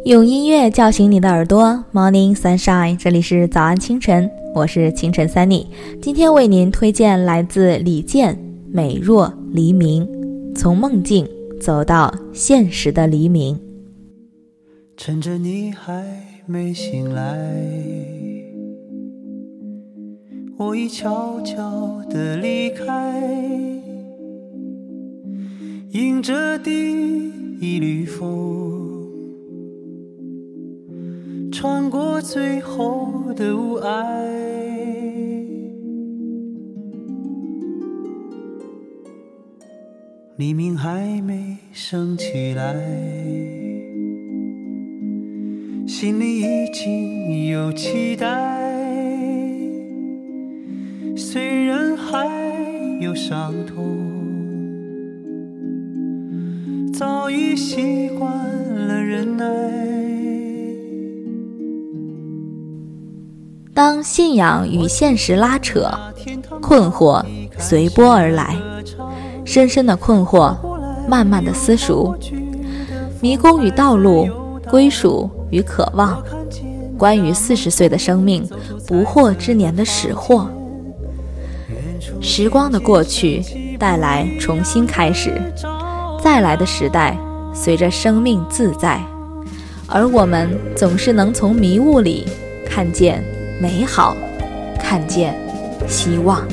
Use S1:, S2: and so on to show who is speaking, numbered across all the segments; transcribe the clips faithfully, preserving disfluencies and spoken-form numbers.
S1: 用音乐叫醒你的耳朵 Morning Sunshine， 这里是早安清晨，我是清晨 Sunny。 今天为您推荐来自李健美若黎明，从梦境走到现实的黎明。
S2: 趁着你还没醒来，我已悄悄地离开，迎着第一缕风，穿过最后的雾霭，黎明还没升起来，心里已经有期待，虽然还有伤痛，早已习惯了忍耐。
S1: 当信仰与现实拉扯，困惑随波而来，深深的困惑，慢慢的私塾，迷宫与道路，归属与渴望，关于四十岁的生命，不惑之年的始惑。时光的过去带来重新开始，再来的时代随着生命自在，而我们总是能从迷雾里看见美好，看见希望。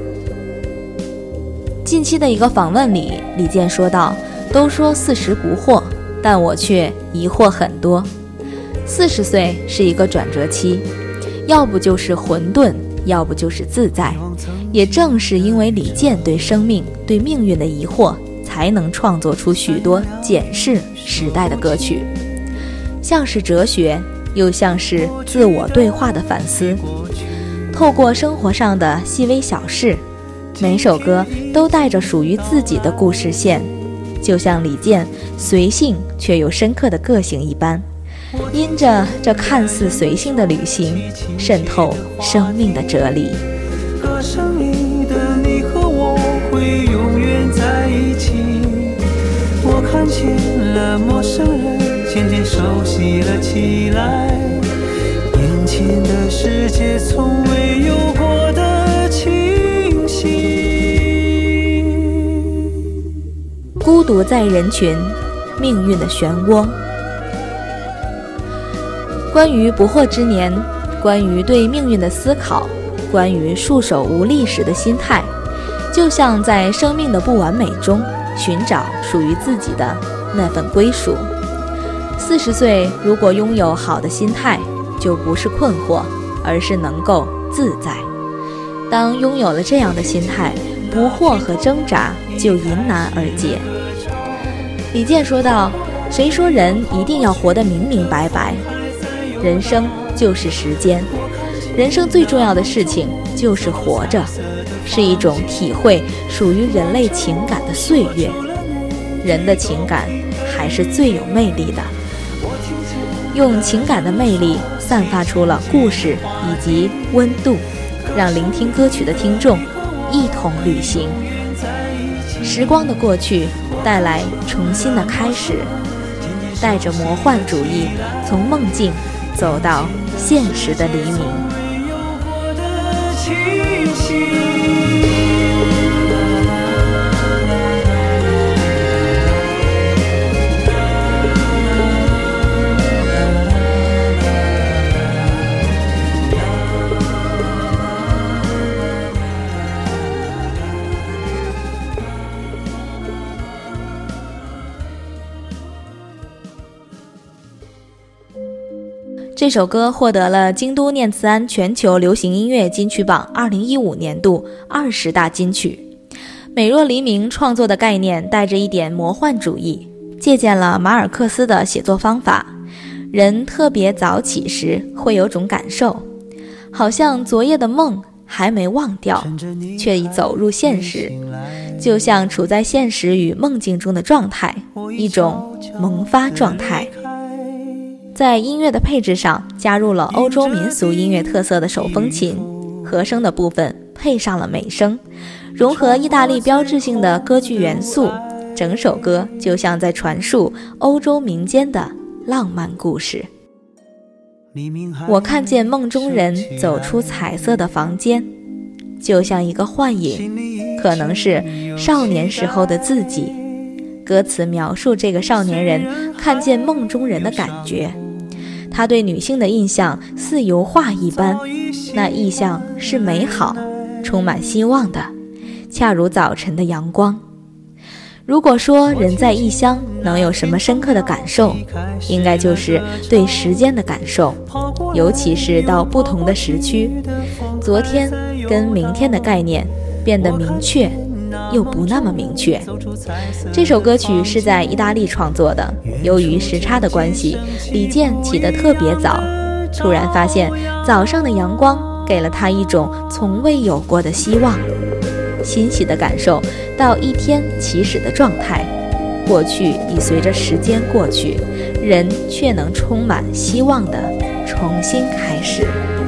S1: 近期的一个访问里，李健说道，都说四十不惑，但我却疑惑很多。四十岁是一个转折期，要不就是混沌，要不就是自在。也正是因为李健对生命对命运的疑惑，才能创作出许多检视时代的歌曲，像是哲学，又像是自我对话的反思。透过生活上的细微小事，每首歌都带着属于自己的故事线，就像李健随性却有深刻的个性一般，因着这看似随性的旅行，渗透生命的哲理。
S2: 歌声里的你和我会永远在一起，我看见了陌生人渐渐熟悉了起来，眼前的世界从未有过的清晰。
S1: 孤独在人群，命运的漩涡。关于不惑之年，关于对命运的思考，关于束手无力时的心态，就像在生命的不完美中寻找属于自己的那份归属。四十岁如果拥有好的心态，就不是困惑，而是能够自在。当拥有了这样的心态，不惑和挣扎就迎难而解。李健说道，谁说人一定要活得明明白白？人生就是时间，人生最重要的事情就是活着，是一种体会属于人类情感的岁月。人的情感还是最有魅力的，用情感的魅力散发出了故事以及温度，让聆听歌曲的听众一同旅行。时光的过去带来重新的开始，带着魔幻主义，从梦境走到现实的黎明。这首歌获得了京都念慈庵全球流行音乐金曲榜二零一五年度二十大金曲。美若黎明创作的概念带着一点魔幻主义，借鉴了马尔克斯的写作方法。人特别早起时会有种感受，好像昨夜的梦还没忘掉，却已走入现实，就像处在现实与梦境中的状态，一种萌发状态。在音乐的配置上加入了欧洲民俗音乐特色的手风琴，和声的部分配上了美声，融合意大利标志性的歌剧元素，整首歌就像在传述欧洲民间的浪漫故事。我看见梦中人走出彩色的房间，就像一个幻影，可能是少年时候的自己。歌词描述这个少年人看见梦中人的感觉，他对女性的印象似油画一般，那意象是美好，充满希望的，恰如早晨的阳光。如果说人在异乡能有什么深刻的感受，应该就是对时间的感受，尤其是到不同的时区，昨天跟明天的概念变得明确又不那么明确。这首歌曲是在意大利创作的，由于时差的关系，李健起得特别早，突然发现早上的阳光给了他一种从未有过的希望，欣喜的感受到一天起始的状态，过去已随着时间过去，人却能充满希望的重新开始。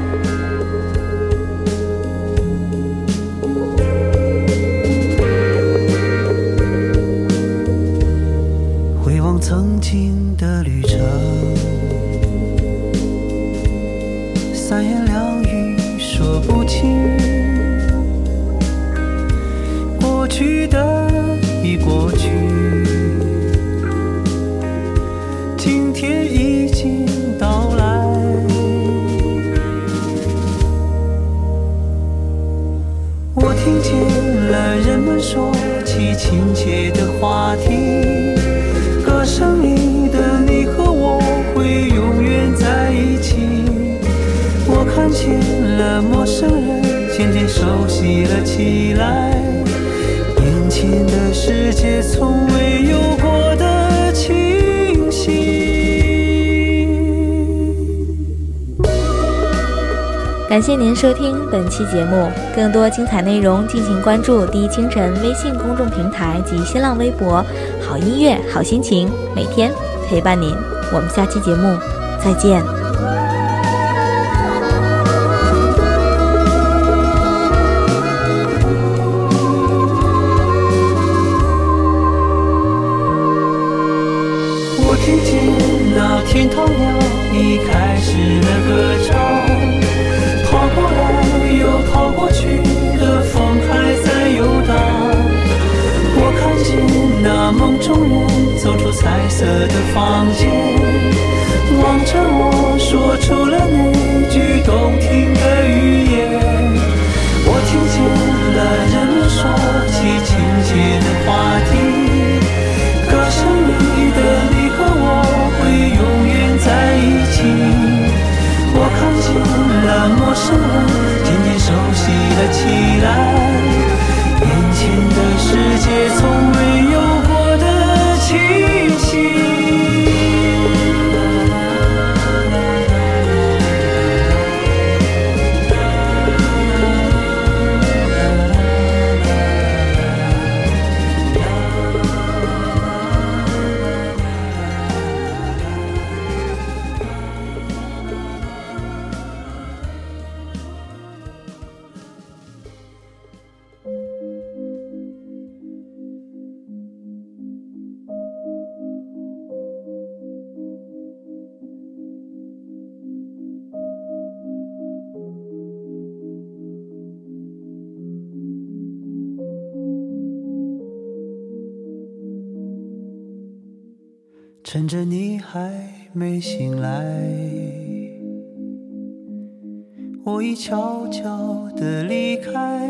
S2: 回望曾经的旅程，三言两语说不清，过去的已过去，今天已经到来。我听见了人们说起亲切的话题，歌声里的你和我会永远在一起。我看见了陌生人渐渐熟悉了起来，眼前的世界从未有过的清晰。
S1: 感谢您收听本期节目，更多精彩内容敬请关注第一清晨微信公众平台及新浪微博，好音乐好心情，每天陪伴您。我们下期节目再见。
S2: 我听见那天堂鸟已开始了歌唱，跑过来又跑过去的风还在游荡。我看见那梦中人走出彩色的房间，望着我说出了那句动听的语言。我听见了人们说起亲切的话题，歌声里的你和我会永远在一起。我看见了陌生人渐渐熟悉了起来，眼前的世界从未有过的清晰。趁着你还没醒来，我已悄悄地离开，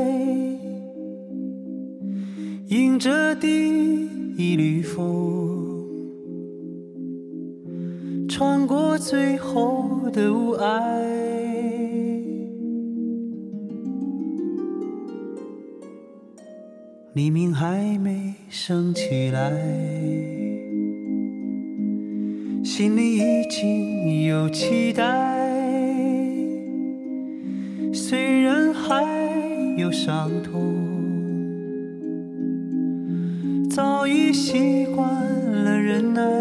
S2: 迎着第一缕风，穿过最后的雾霭。黎明还没升起来，心里已经有期待，虽然还有伤痛，早已习惯了忍耐。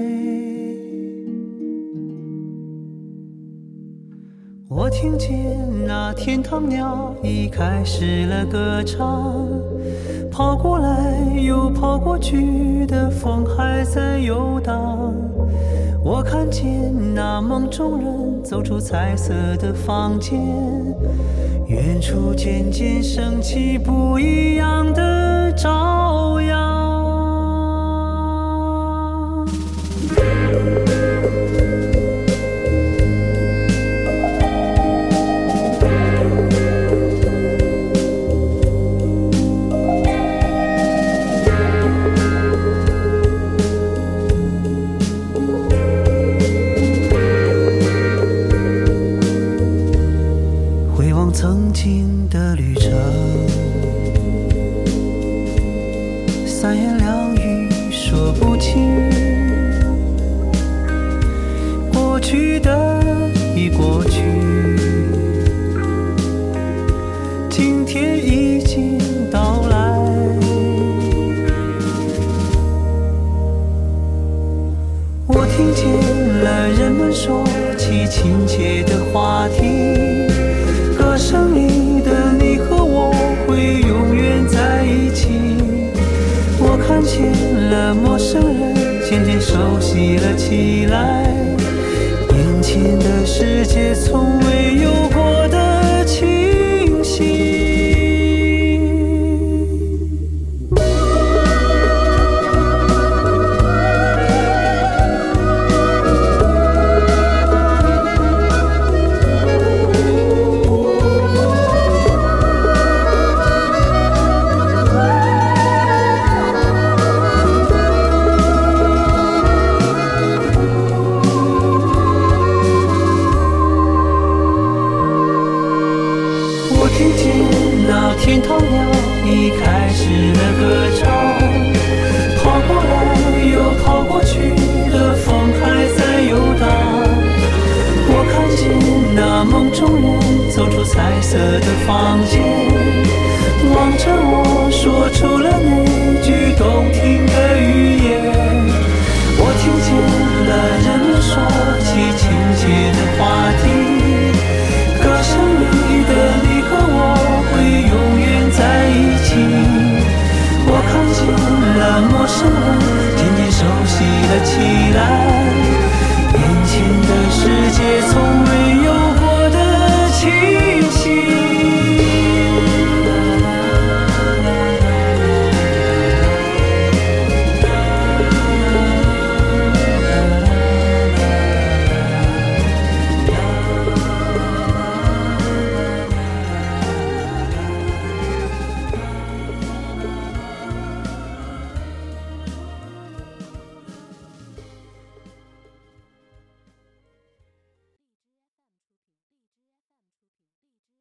S2: 我听见那天堂鸟已开始了歌唱，跑过来又跑过去的风还在游荡。 我看见那梦中人走出彩色的房间，远处渐渐升起不一样的朝阳。曾经的旅程，三言两语说不清，过去的已过去，今天已经到来。我听见了人们说起亲切的话题，歌声里的你和我会永远在一起。我看见了陌生人渐渐熟悉了起来，眼前的世界从未有过的清晰。听见那天堂鸟已开始了歌唱，跑过来又跑过去的风还在游荡。我看见那梦中人走出彩色的房间，望着我说出了那句动听的语言。我听见了人们说起亲切的话题，歌声里的你和我会永远在一起。我看见了陌生人渐渐熟悉了起来，